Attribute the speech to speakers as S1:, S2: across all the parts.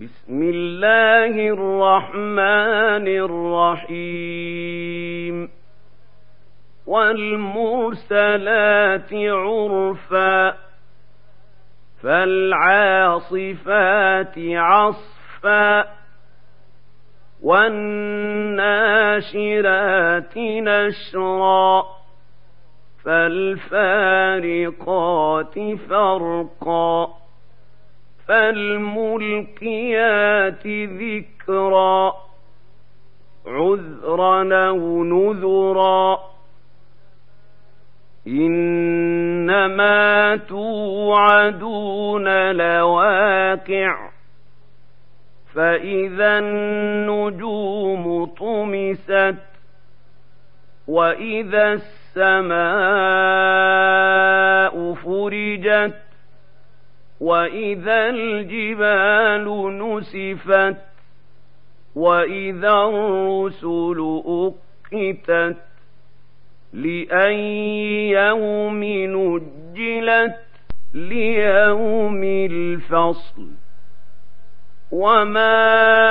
S1: بسم الله الرحمن الرحيم والمرسلات عرفا فالعاصفات عصفا والناشرات نشرا فالفارقات فرقا فالملقيات ذكرا عذرا أو نذرا إنما توعدون لواقع فإذا النجوم طمست وإذا السماء فرجت وإذا الجبال نسفت وإذا الرسل أقتت لأي يوم نجلت ليوم الفصل وما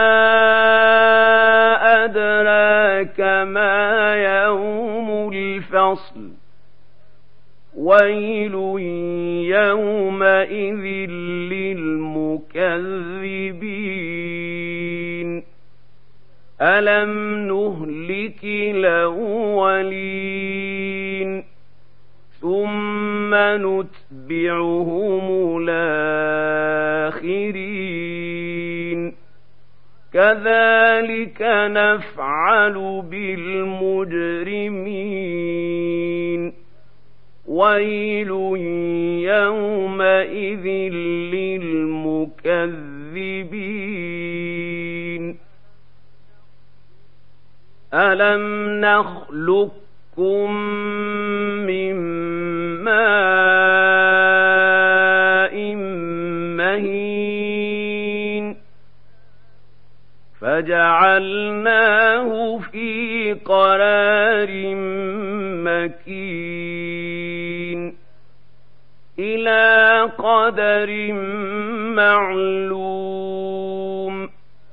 S1: أدراك ما يوم الفصل ويل يومئذ للمكذبين ألم نهلك الأولين ثم نتبعهم الآخرين كذلك نفعل بالمجرمين ويل يومئذ للمكذبين ألم نخلقكم من ماء مهين فجعلناه في قرار مكين إلى قدر معلوم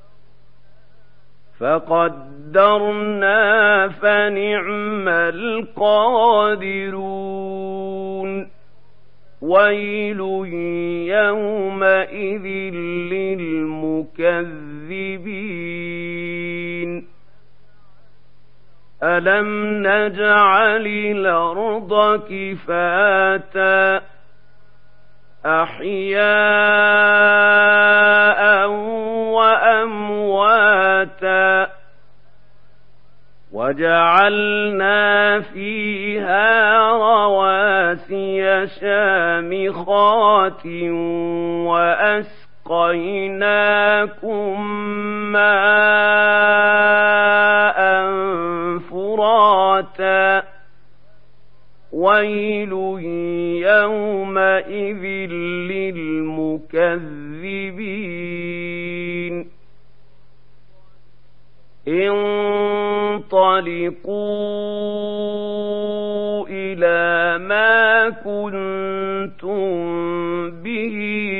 S1: فقدرنا فنعم القادرون ويل يومئذ للمكذبين ألم نجعل الأرض كفاتا أحياء وأمواتا وجعلنا فيها رواسي شامخات وأسقيناكم ماء فراتا ويل يومئذ للمكذبين انطلقوا إلى ما كنتم به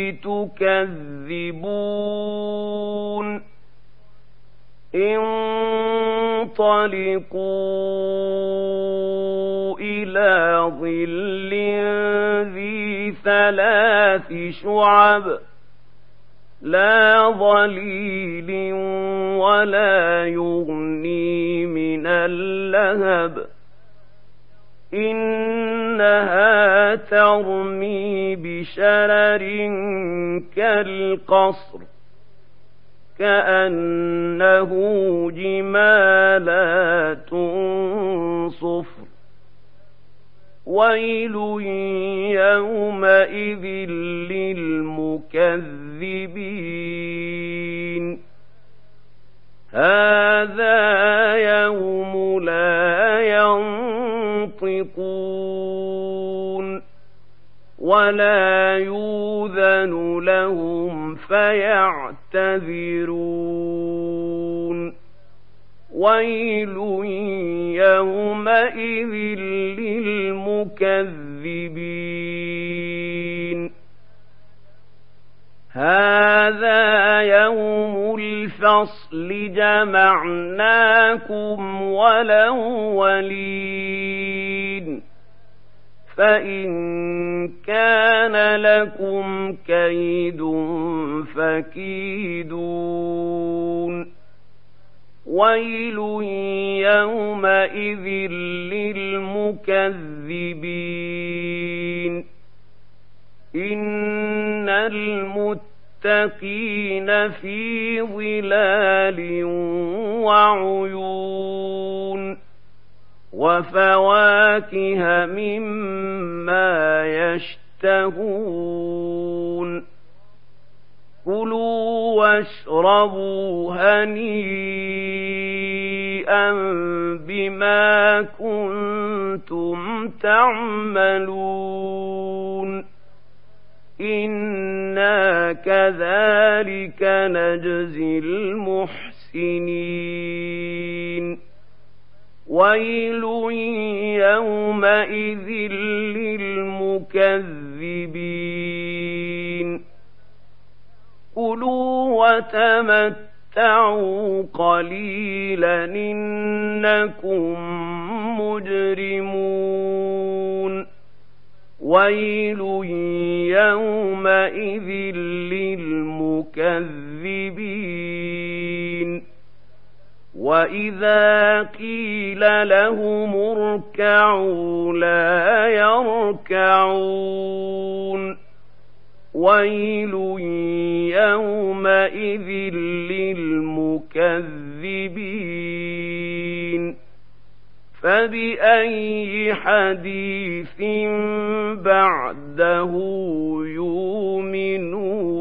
S1: تكذبون انطلقوا إلى ظل ذي ثلاث شعب لا ظليل ولا يغني من اللهب إنها ترمي بشرر كالقصر كأنه جمالات صفر ويل يومئذ للمكذبين هذا يوم لا ينطقون ولا يؤذن لهم فيعتذرون ويل يومئذ للمكذبين هذا يوم الفصل جمعناكم والأولين فإن كان لكم كيد فكيدون ويل يومئذ للمكذبين إن المتقين في ظلال وعيون وفواكه مما يشتهون كلوا واشربوا هنيئا بما كنتم تعملون إنا كذلك نجزي المحسنين ويل يومئذ للمكذبين كلوا وتمتعوا قليلا إنكم مجرمون ويل يومئذ للمكذبين وإذا قيل لهم اركعوا لا يركعون ويل يومئذ للمكذبين فبأي حديث بعده يؤمنون